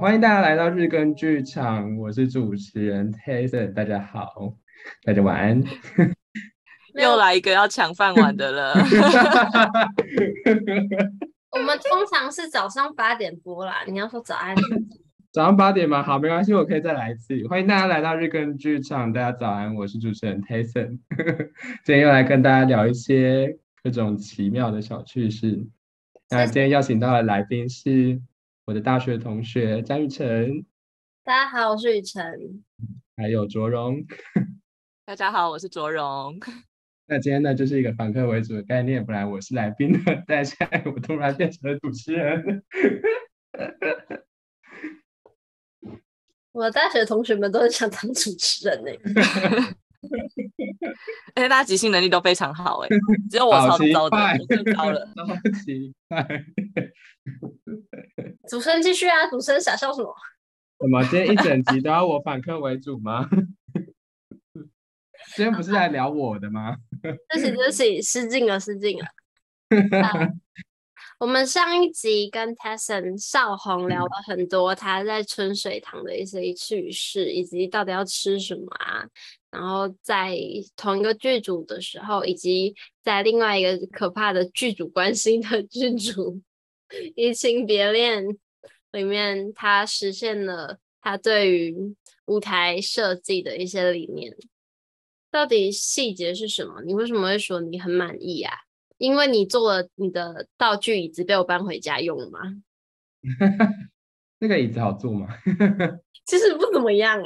欢迎大家来到日更剧场，我是主持人 Tason， 大家好，大家晚安。 又来一个要抢饭碗的了。 我们通常是早上8点播啦，你要说早安。 早上8点吗？好，没关系，我可以再来一次。欢迎大家来到日更剧场，大家早安，我是主持人 Tason， 今天又来跟大家聊一些各种奇妙的小趣事。那今天邀请到的来宾是我的大学同学张雨晨， 大家好，我是雨晨， 还有卓荣。 大家好，我是卓荣。 那今天呢，就是一个反客为主的概念，本来我是来宾的，但现在我突然变成了主持人。 我的大学同学们都很想当主持人呢。 而且大家即兴能力都非常好哎，只有我超糟的，我最糟了， 超奇怪。 主持人继续啊，主持人傻笑什么？ 怎么今天一整集都要我反客为主吗？今天不是来聊我的吗？ 对不起，失敬了。我们上一集跟 Tesson 少红聊了很多他在春水堂的一些趣事，以及到底要吃什么啊，然后在同一个剧组的时候，以及在另外一个可怕的剧组关心的剧组移情别恋里面，他实现了他对于舞台设计的一些理念。到底细节是什么？你为什么会说你很满意啊？因为你做了你的道具椅子被我搬回家用了吗？ 那个椅子好坐吗？ 其实不怎么样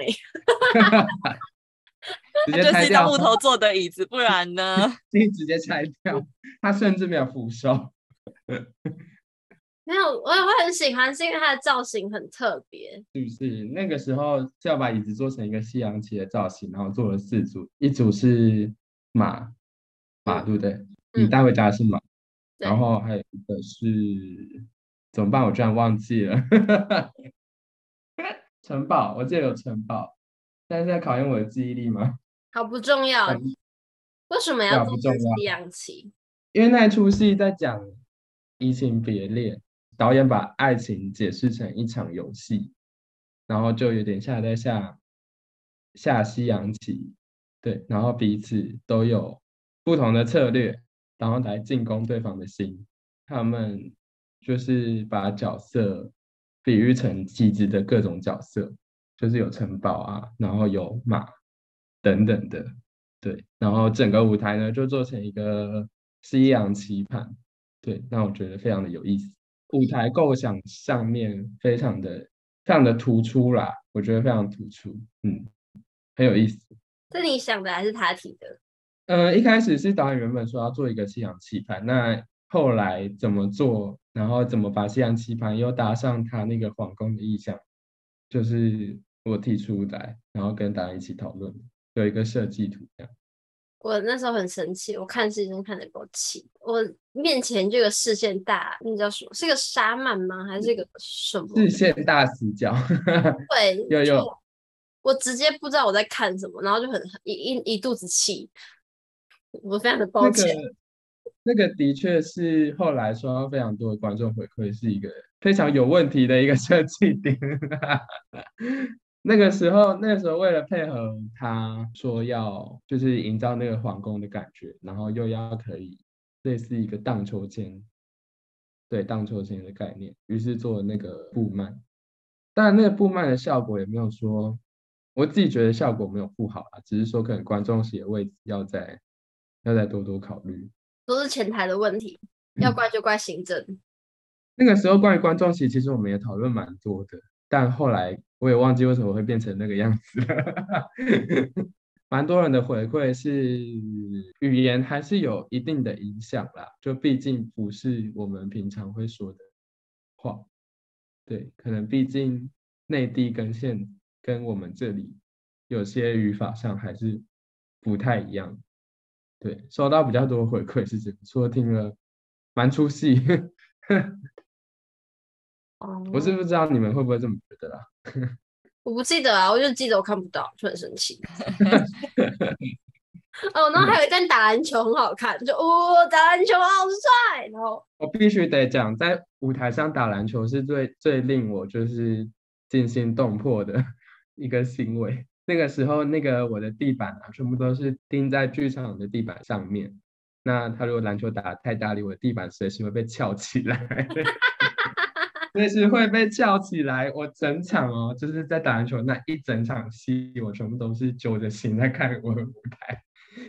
直接拆掉， 就是一张木头做的椅子，不然呢？ 直接拆掉，它甚至没有扶手。 没有，我也会很喜欢，是因为它的造型很特别。 是不是那个时候是要把椅子做成一个西洋棋的造型，然后做了4组，一组是马，对不对？你带回家是马，然后还有一个是怎么办？我居然忘记了。城堡，我记得有城堡，但是在考验我的记忆力吗？ 好不重要，为什么要做成西洋棋？ 因为那一出戏在讲移情别恋，导演把爱情解释成一场游戏，然后就有点像在下西洋棋，对，然后彼此都有不同的策略，然后来进攻对方的心。他们就是把角色比喻成棋子的各种角色，就是有城堡啊，然后有马等等的，对，然后整个舞台呢就做成一个西洋棋盘，对，那我觉得非常的有意思。舞台构想上面非常的突出啦，我觉得非常突出，很有意思。 是你想的还是他提的？ 一开始是导演原本说要做一个西洋棋盘，那后来怎么做，然后怎么把西洋棋盘又搭上他那个皇宫的意象，就是我提出来，然后跟大家一起讨论，有一个设计图这样。 我那时候很生气，我看视线看得够气。我面前这个视线大，那叫什么？是个沙曼吗？还是个什么？ 视线大死角。 对， 有。 我直接不知道我在看什么，然后就很一肚子气。我非常的抱歉。 那个的确是后来收到非常多的观众回馈，是一个非常有问题的一个设计点。那个时候为了配合他说要就是营造那个皇宫的感觉，然后又要可以类似一个荡秋千，对，荡秋千的概念，于是做了那个布幔。当然那个布幔的效果也没有说，我自己觉得效果没有不好啦，只是说可能观众席的位置要再多多考虑。 都是前台的问题，要怪就怪行政。 那个时候关于观众席，其实我们也讨论蛮多的，但后来我也忘记为什么会变成那个样子了。蛮多人的回馈是语言还是有一定的影响啦，就毕竟不是我们平常会说的话，对，可能毕竟内地跟我们这里有些语法上还是不太一样。对，收到比较多回馈是这个，说听了蛮出戏。我是不知道你们会不会这么觉得啦。 我不记得啊，我就记得我看不到，就很生气。哦，然后还有一段打篮球很好看，就打篮球好帅。然后我必须得讲，在舞台上打篮球是最令我就是惊心动魄的一个行为。那个时候，我的地板啊，全部都是钉在剧场的地板上面。那他如果篮球打得太大力，我的地板随时会被翘起来，随时会被翘起来。我整场哦，就是在打篮球那一整场戏，我全部都是揪着心在看我的舞台。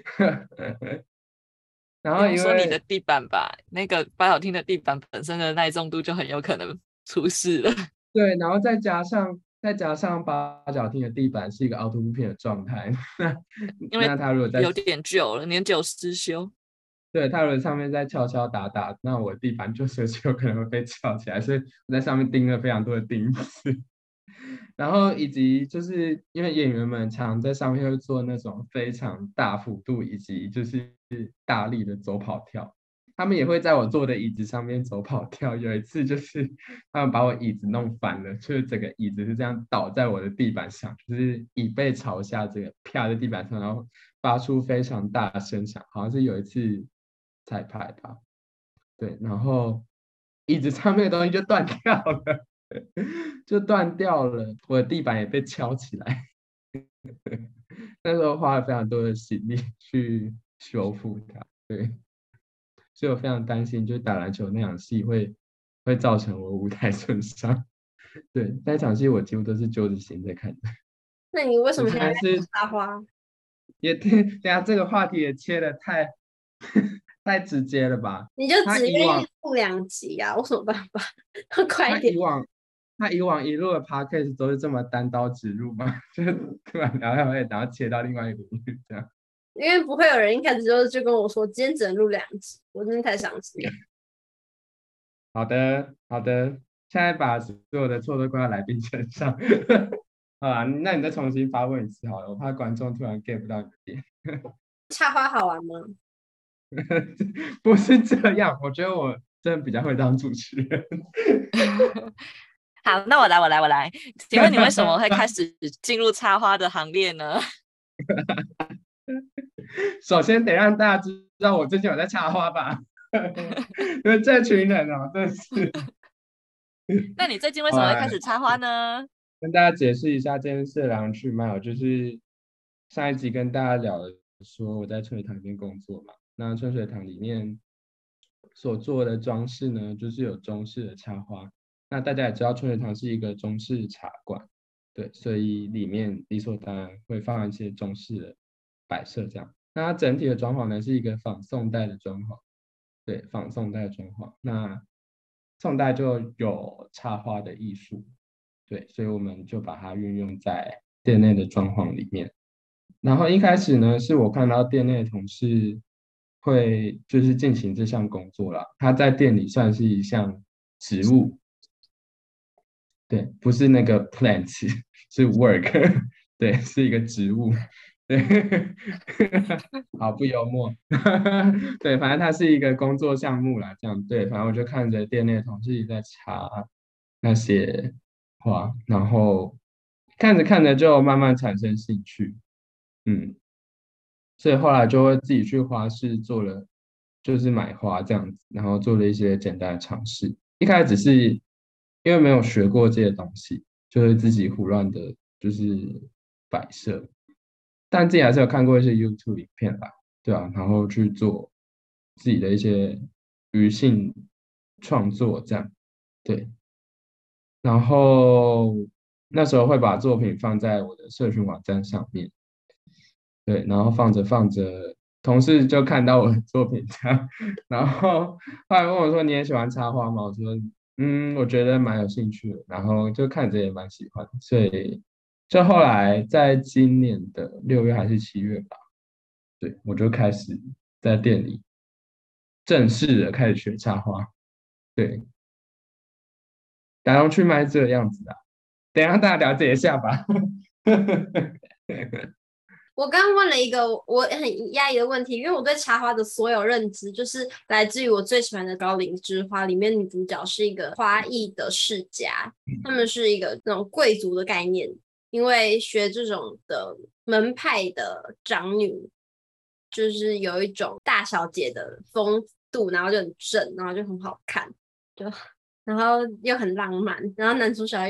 然不后因为用说你的地板吧，那个八角厅的地板本身的耐重度就很有可能出事了。 对，然后再加上八角厅的地板是一个凹凸不平的状态， 因为那他如果在有点旧了，年久失修。 对，它如果上面在敲敲打打，那我的地板就随时有可能会被翘起来，所以我在上面钉了非常多的钉子。然后以及就是因为演员们常在上面会做那种非常大幅度以及就是大力的走跑跳，他们也会在我坐的椅子上面走跑跳。有一次就是他们把我椅子弄翻了，就是整个椅子是这样倒在我的地板上，就是椅背朝下，这个啪在地板上，然后发出非常大的声响，好像是有一次彩排吧，对，然后椅子上面的东西就断掉了。就断掉了，我的地板也被敲起来。那时候花了非常多的心力去修复它，对，所以我非常担心，就是打篮球那场戏会造成我舞台损伤。对，那场戏我几乎都是揪着心在看的。 那你为什我么现在在现在是插花？ 等下这个话题也切的太太直接了吧？ 你就他只愿意以往录2集啊？有什么办法？快一点！ 他以往他以往一路的 podcast 都是这么单刀直入吗？就是突然聊聊，然后切到另外一个领域这样。 因为不会有人一开始就跟我说今天只能录2集，我真的太伤心了。 好的，好的，现在把所有的错都怪到来宾身上。好啦，那你再重新发问一次好了，我怕观众突然 get 不到你的点。 插花好玩吗？ 不是这样，我觉得我真的比较会当主持人。 好，那我来。请问你为什么会开始进入插花的行列呢？ 首先得让大家知道我最近有在插花吧，因为这群人哦，真的是。 那你最近为什么会开始插花呢？ 跟大家解释一下这件事的来龙去脉，就是上一集跟大家聊的说我在春水堂里面工作嘛，那春水堂里面所做的装饰呢，就是有中式的插花。那大家也知道春水堂是一个中式茶馆，对，所以里面理所当然会放一些中式的摆设这样。那它整体的装潢呢是一个仿宋代的装潢，对，仿宋代的装潢。那宋代就有插花的艺术，对，所以我们就把它运用在店内的装潢里面。然后一开始呢，是我看到店内的同事会就是进行这项工作啦，它在店里算是一项职务，对，不是那个 plant，是 work，对，是一个职务，对，好不幽默，对，反正它是一个工作项目啦，这样对，反正我就看着店内的同事在查那些花，然后看着看着就慢慢产生兴趣，嗯，所以后来就会自己去花市做了，就是买花这样子，然后做了一些简单的尝试。一开始只是因为没有学过这些东西，就是自己胡乱的，就是摆设。但自己还是有看过一些 YouTube 影片吧，对啊，然后去做自己的一些余兴创作这样，对。然后那时候会把作品放在我的社群网站上面，对，然后放着放着，同事就看到我的作品这样，然后后来问我说：“你也喜欢插花吗？”我说：我觉得蛮有兴趣的。”然后就看着也蛮喜欢，所以就后来在今年的6月还是7月吧，对，我就开始在店里正式的开始学插花，对，打上去卖这个样子的，等一下大家了解一下吧。 我刚刚问了一个我很压抑的问题，因为我对插花的所有认知就是来自于我最喜欢的《高岭之花》，里面女主角是一个花艺的世家，他们是一个那种贵族的概念，因为学这种的门派的长女，就是有一种大小姐的风度，然后就很正，然后就很好看，就然后又很浪漫，然后男主角又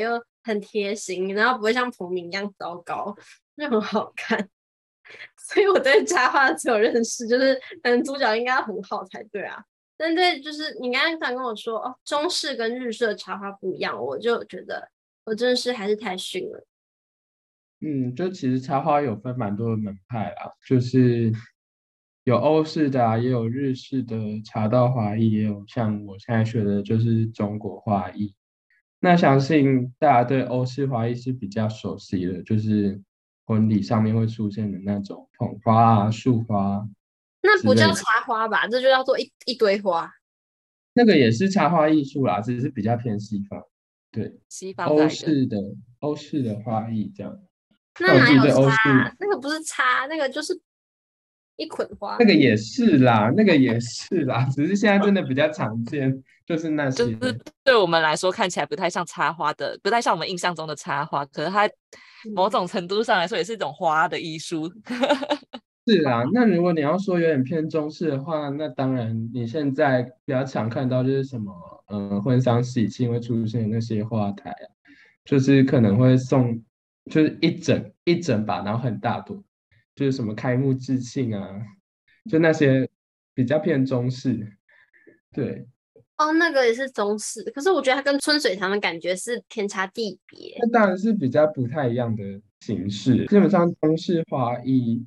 很贴心，然后不会像蒲明一样糟糕，就很好看。所以我对插画只有认识，就是主角应该很好才对啊。但对，就是你刚刚跟我说哦，中式跟日式的插画不一样，我就觉得我真的是还是太逊了。 就其实插画有分蛮多的门派啦，就是有欧式的啊，也有日式的茶道华艺，也有像我现在学的就是中国画艺。那相信大家对欧式华艺是比较熟悉的，就是婚礼上面会出现的那种捧花啊、束花那不叫之类的， 插花吧？这就叫做一堆花。 那个也是插画艺术啦，只是比较偏西方。对， 西方欧来的。 式的欧式的画艺这样。 那哪有我自己对欧式插？那个不是插，那个就是一捆花。 那个也是啦，那个也是啦，只是现在真的比较常见，就是那些。 就是对我们来说看起来不太像插花的，不太像我们印象中的插花，可是它某种程度上来说也是一种花的艺术。 是啦，那如果你要说有点偏中式的话，那当然你现在比较常看到就是什么，婚丧喜庆会出现的那些花台啊，就是可能会送，就是一整把，然后很大朵，就是什么开幕致庆啊，就那些比较偏中式。对， 哦，那个也是中式，可是我觉得它跟春水堂的感觉是天差地别。 那当然是比较不太一样的形式。基本上中式花艺，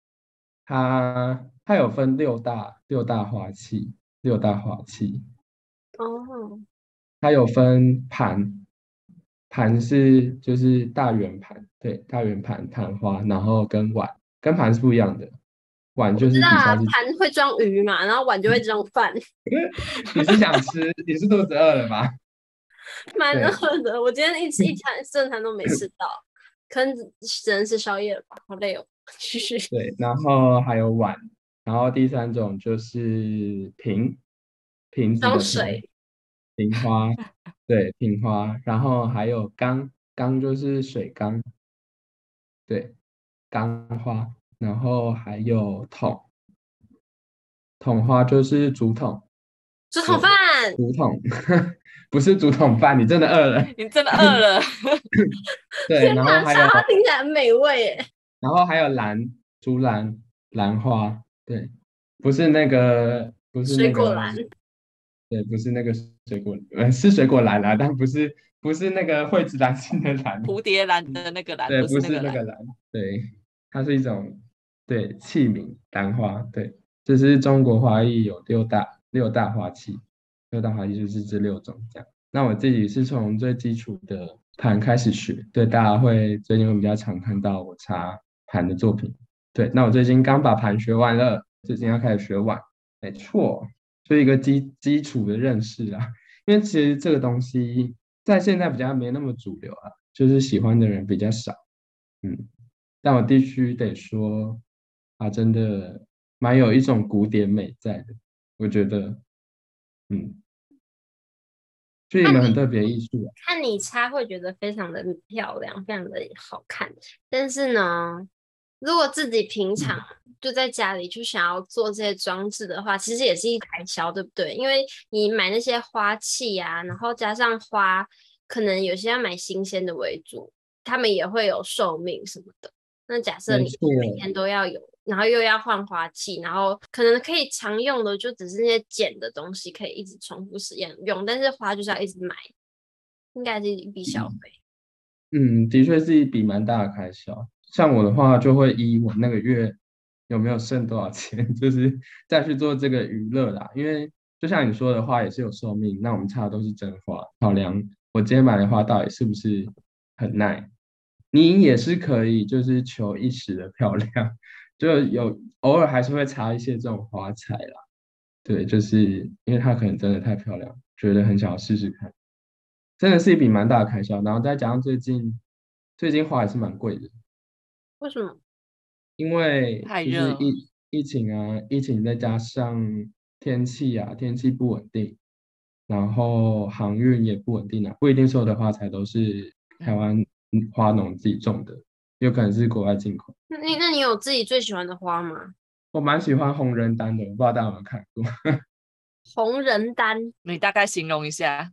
它有分六大花器，六大花器， 哦， 它有分盘，盘是就是大圆盘，对，大圆盘盘花，然后跟碗跟盘是不一样的，碗就我知道啊， 是底下是， 盘会装鱼嘛，然后碗就会装饭， 你是想吃，你是肚子饿了吧？ 蛮对饿的。我今天一餐正餐都没吃到，可能只能吃宵夜了吧，好累哦。继续。 对，然后还有碗，然后第三种就是瓶子装的瓶。 水。 瓶花，对，瓶花，然后还有缸，缸就是水缸，对，缸花，然后还有桶，桶花就是竹筒， 煮桶饭。 对，竹筒，不是竹筒饭，你真的饿了， 你真的饿了。 对， 天哪， 然后还有， 沙拉听起来很美味耶。 竹篮，兰花，对，不是那个，不是水那个， 果篮。 对，不是那个水果，是水果篮啦，但不是那个惠子兰心的兰， 蝴蝶兰的那个兰， 对， 不是不那个兰。 是那个兰，对，它是一种对器皿，兰花，对，这是中国花艺有六大花器，六大花器就是这6种这样。那我自己是从最基础的盘开始学，对，大家最近会比较常看到我插盘的作品，对，那我最近刚把盘学完了，最近要开始学碗，没错，就一个基础的认识啊，因为其实这个东西在现在比较没那么主流啊。就是喜欢的人比较少，但我必须得说，它真的蛮有一种古典美在的，我觉得，嗯，就一看你门很特别的艺术啊， 看你插会觉得非常的漂亮，非常的好看。但是呢，如果自己平常就在家里就想要做这些装置的话，其实也是一开销，对不对？因为你买那些花器啊，然后加上花，可能有些要买新鲜的为主，他们也会有寿命什么的。那假设你没错， 每天都要有，然后又要换花器，然后可能可以常用的就只是那些碱的东西，可以一直重复使用，但是花就是要一直买，应该是一笔小费。 的确是一笔蛮大的开销。像我的话，就会依我那个月有没有剩多少钱，就是再去做这个娱乐啦。因为就像你说的花也是有寿命，那我们插的都是真花，考量我今天买的花到底是不是很耐。你也是可以，就是求一时的漂亮，就偶尔还是会插一些这种花材啦。对，就是因为它可能真的太漂亮，觉得很想要试试看。真的是一笔蛮大的开销，然后再加上最近花也是蛮贵的， 为什么？ 因为就是太热。 疫情啊，疫情再加上天气不稳定，然后航运也不稳定啊，不一定所有的花材都是台湾花农自己种的，有可能是国外进口。 那你有自己最喜欢的花吗？ 我蛮喜欢红人丹的，我不知道大家有没有看过。 红人丹。 你大概形容一下。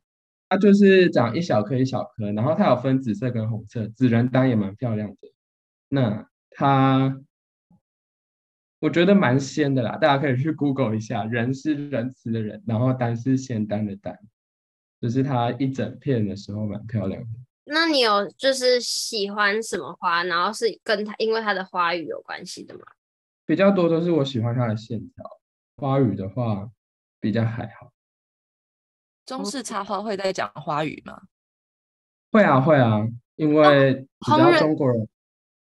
它就是长一小颗一小颗，然后它有分紫色跟红色，紫人丹也蛮漂亮的。那它我觉得蛮鲜的啦，大家可以去 Google 一下，仁是仁慈的仁，然后丹是仙丹的丹，就是它一整片的时候蛮漂亮的。 那你有就是喜欢什么花，然后是跟它因为它的花语有关系的吗？ 比较多都是我喜欢它的线条，花语的话比较还好。 中式插花会在讲花语吗？ 会啊会啊，因为你知道红人中国人，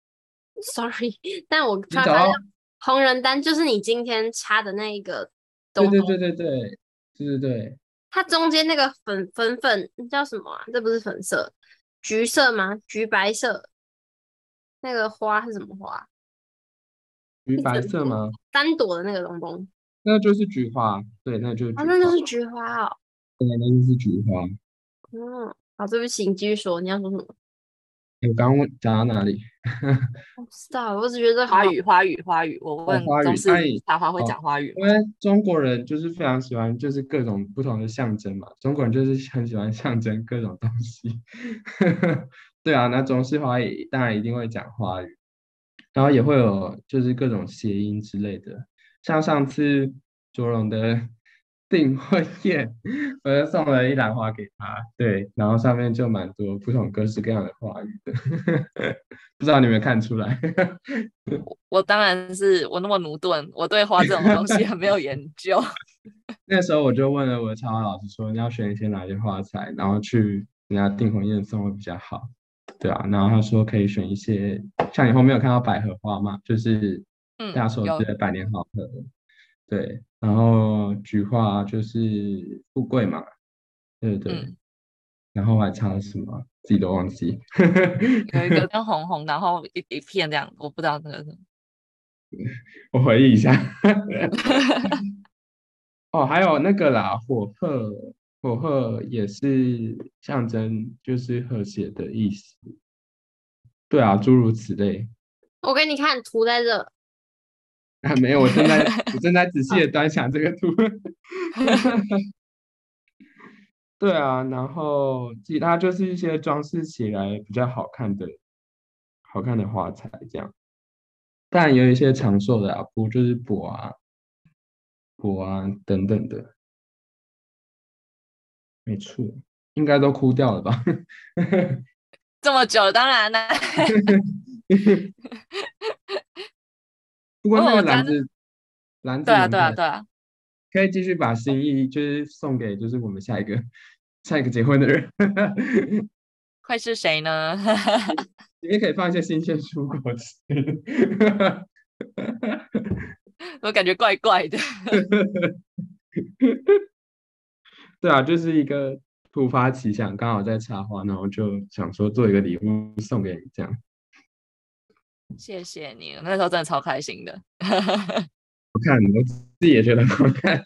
，sorry，但我突然发现你找到， 红人丹就是你今天插的那一个东东， 对对对对对对对对， 它中间那个粉叫什么啊？这不是粉色，橘色吗？橘白色那个花是什么花？ 橘白一整朵色吗？ 单朵的那个东东， 那就是菊花，对，那就是哦， 菊花， 那就是菊花哦。 对，那就是菊花。 嗯，好，对不起，你继续说，你要说什么？ 我刚刚讲到哪里？ 我不知道，我只觉得好好。 花语，花语，花语。我哦，花语， 问中式哎， 插花会哦， 讲花语吗？ 因为中国人就是非常喜欢，就是各种不同的象征嘛。中国人就是很喜欢象征各种东西。对啊，那中式花语当然一定会讲花语，然后也会有就是各种谐音之类的。像上次卓荣的订婚宴，我就送了一篮花给他，对，然后上面就蛮多不同各式各样的花语的，不知道你有没有看出来？ 我当然是我那么驽钝，我对花这种东西很没有研究。 那时候我就问了我的插花老师说，你要选一些哪些花材，然后去人家订婚宴送会比较好，对啊，然后他说可以选一些，像你后面有看到百合花嘛，就是大家嗯， 熟知有， 的百年好合，对，然后菊花就是富贵嘛，对对， 嗯， 然后我还插了什么，自己都忘记。 有一个跟红红，然后一片这样，我不知道那个是什么。 我回忆一下。哦，还有那个啦，火鹤，火鹤也是象征就是和谐的意思。对啊，诸如此类。 我给你看图在这。 啊，没有，我正在仔细的端详这个图。对啊，然后其他就是一些装饰起来比较好看的花材这样。但有一些长寿的啊，柏就是柏啊等等的，没错，应该都枯掉了吧？ 这么久，当然啦。 不过那因为我家个篮对啊，对啊， 子蛮漂亮， 对啊， 可以继续把心意就是送给就是我们下一个结婚的人， 会是谁呢？ 里面可以放一些新鲜蔬果吃。 我感觉怪怪的。 对啊，就是一个突发奇想，刚好在插花，然后就想说做一个礼物送给你这样。 谢谢你，那时候真的超开心的。 我看我自己也觉得好看。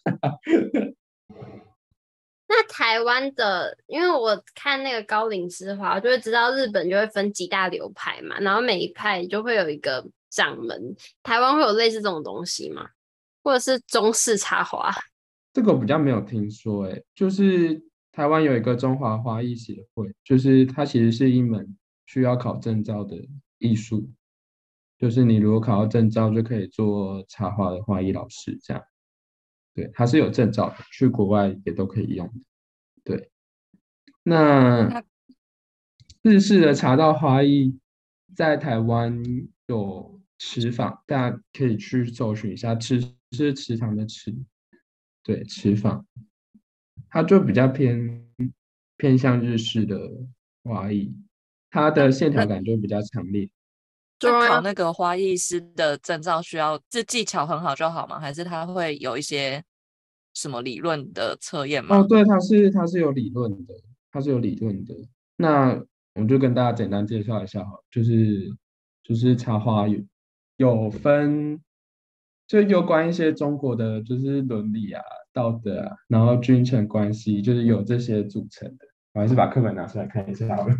那台湾的，因为我看那个高岭之花，我就会知道日本就会分几大流派嘛，然后每一派就会有一个掌门。台湾会有类似这种东西吗？或者是中式插花？ 这个我比较没有听说，就是台湾有一个中华花艺协会，就是它其实是一门需要考证照的艺术，就是你如果考到证照，就可以做插花的花艺老师这样。对，它是有证照的，去国外也都可以用的。对，那那日式的茶道花艺在台湾有池坊，大家可以去搜寻一下，池是池塘的池，对，池坊。它就比较偏向日式的花艺，它的线条那感就比较强烈。 中央考那个花艺师的证照需要是技巧很好就好吗？还是他会有一些什么理论的测验哦， 吗？ 对，它是有理论的，它是有理论的。那我就跟大家简单介绍一下哈，就是插花有分，就有关一些中国的就是伦理啊、道德啊，然后君臣关系，就是有这些组成的。我还是把课本拿出来看一下好了，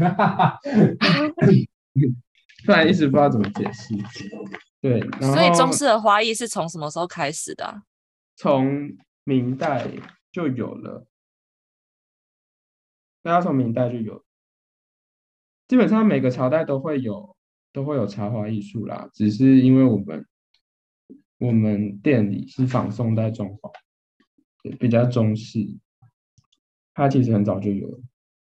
不然一直不知道怎么解释。对，然所以中后式的花艺是从什么时候开始的啊？ 从明代就有了。 那它从明代就有，基本上每个朝代都会有插花艺术啦，只是因为我们店里是仿宋代装潢，对，比较中式，它其实很早就有了。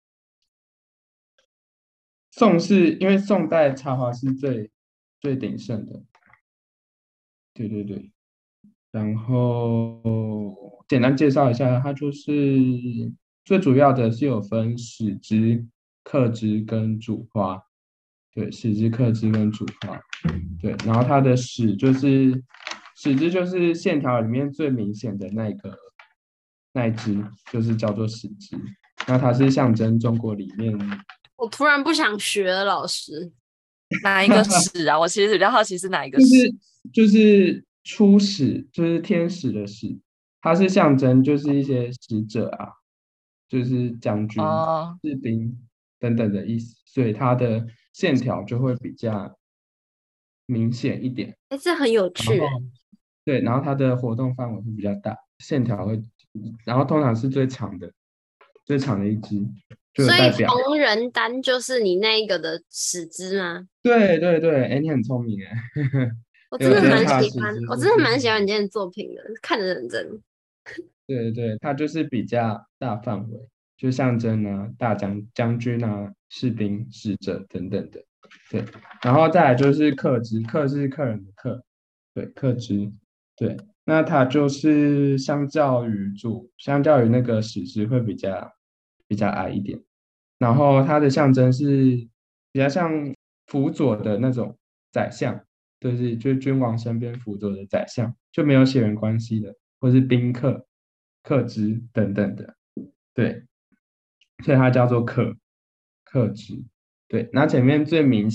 因为宋代插花是最鼎盛的，对对对。然后简单介绍一下，它就是最主要的是有分始枝、刻枝跟主花，对，始枝、刻枝跟主花，对。然后它的始枝就是线条里面最明显的那一枝，就是叫做始枝。那它是象征中国里面我突然不想学了，老师。 哪一个始啊？我其实比较好奇是哪一个就始。 是就是初始，就是天使的始，它是象征就是一些使者啊，就是将军、 哦， 士兵等等的意思，所以它的线条就会比较明显一点。 哎，这很有趣。 然后对，然后它的活动范围会比较大，线条会，然后通常是最长的一支，就有所以代表。 同人单就是你那一个的始枝吗？ 对对对，哎，你很聪明哎， 我因真的蛮为它的喜欢， 实质我真的是最蛮喜欢你长的。 今天的作品的，看得认真。 对对，它就是比较大范围，就象征啊将军啊、士兵、使者等等的。对，然后再来就是客之，客是客人的客，对，客之，对，那它就是相较于那个史诗会比较矮一点，然后它的象征是比较像辅佐的那种宰相，就是君王身边辅佐的宰相，就没有血缘关系的，或是宾客、客之等等的，对，所以它叫做客之。对，那前面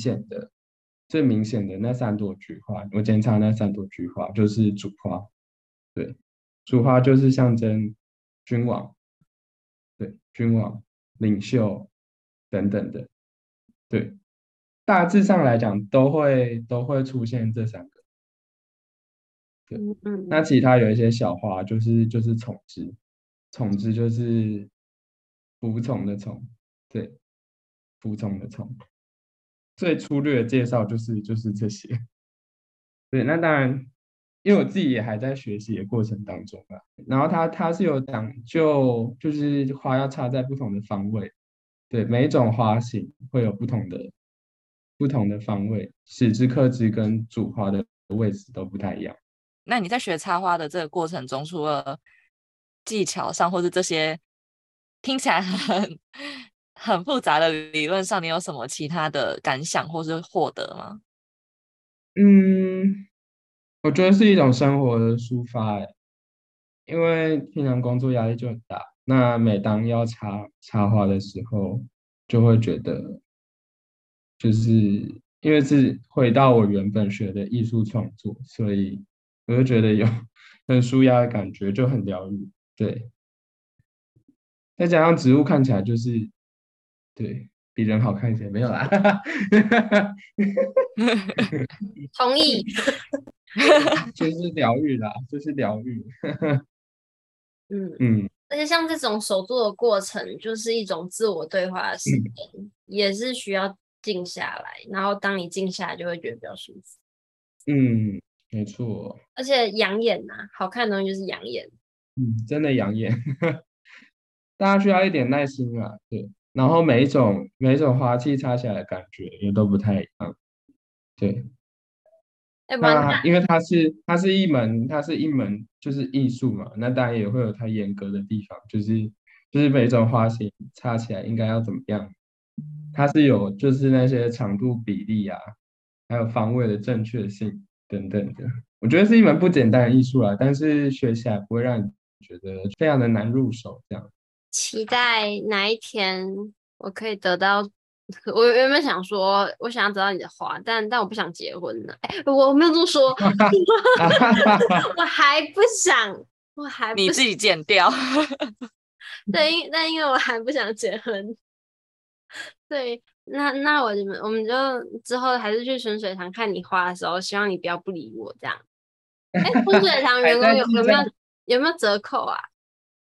最明显的那三朵菊花，我检查那三朵菊花就是主花，对，主花就是象征君王，对，君王、领袖等等的，对，大致上来讲都会出现这三个，对， 嗯那嗯， 其他有一些小花就是宠枝，宠枝就是服从的从，对，服从的从，最粗略的介绍就是这些。对，那当然，因为我自己也还在学习的过程当中吧。然后它是有讲究，就是花要插在不同的方位，对，每一种花型会有不同的方位，始枝、刻枝跟主花的位置都不太一样。 那你在学插花的这个过程中，除了技巧上，或是这些听起来很复杂的理论上，你有什么其他的感想或是获得吗？ 嗯，我觉得是一种生活的抒发，因为平常工作压力就很大，那每当要插花的时候，就会觉得，就是因为是回到我原本学的艺术创作，所以我就觉得有很舒压的感觉，就很疗愈。对，再加上植物看起来就是对比人好看一些，没有啦， 同意。 就是疗愈啦，就是疗愈。 嗯， 嗯而且像这种手作的过程，就是一种自我对话的时嗯间，也是需要静下来。然后当你静下来，就会觉得比较舒服， 嗯，没错。 而且养眼呐、好看的东西就是养眼。 真的养眼，大家需要一点耐心啊，对。然后每一种花器插起来的感觉也都不太一样，对。 要不然那因为它是一门就是艺术嘛，那当然也会有它严格的地方，就是每一种花型插起来应该要怎么样，它是有就是那些长度比例啊，还有方位的正确性等等的。我觉得是一门不简单的艺术啊，但是学起来不会让你觉得非常的难入手这样。 期待哪一天我可以得到。我原本想说，我想要得到你的花，但我不想结婚了。哎，我没有这么说，我还不想，我还不想。 你自己剪掉。 对，但因为我还不想结婚。对，那我们就之后还是去春水堂看你花的时候，希望你不要不理我这样。哎，春水堂员工还在有没有计较有没有折扣啊？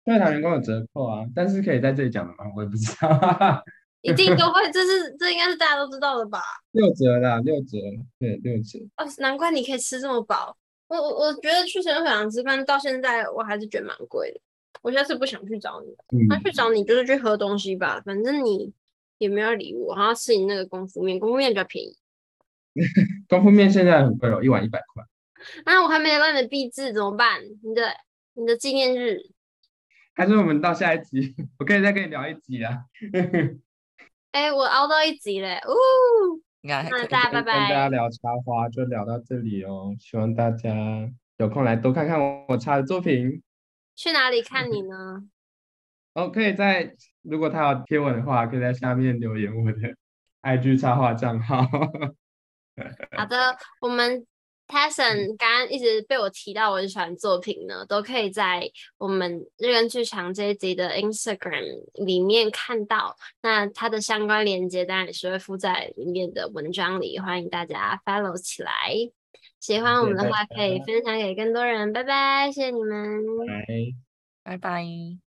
会员员工有折扣啊，但是可以在这里讲的吗？我也不知道。 一定都会，这应该是大家都知道的吧？ 6折啦，6折，对6折。 哦，难怪你可以吃这么饱。我觉得去神会堂吃饭到现在我还是觉得蛮贵的。我下次不想去找你了，那去找你就是去喝东西吧，反正你也没有理我，然后吃你那个功夫面，功夫面比较便宜。 功夫面现在很贵哦，1碗100块。 那我还没让你的币制怎么办？你的纪念日， 还是我们到下一集，我可以再跟你聊一集啊。 哎，我熬到一集嘞，呜，那应该还可以。 大家拜跟大家拜。 聊插花就聊到这里哦，希望大家有空来多看看我插的作品。 去哪里看你呢？ 哦，可以在如果他有贴文的话，可以在下面留言我的 IG 插画账号。 好的，我们 Tasson 刚刚一直被我提到我很喜欢作品呢，都可以在我们日根剧场这一集的 Instagram 里面看到。那它的相关链接当然也是会附在里面的文章里，欢迎大家 follow 起来。喜欢我们的话，可以分享给更多人。拜拜，谢谢你们。 拜。 拜拜。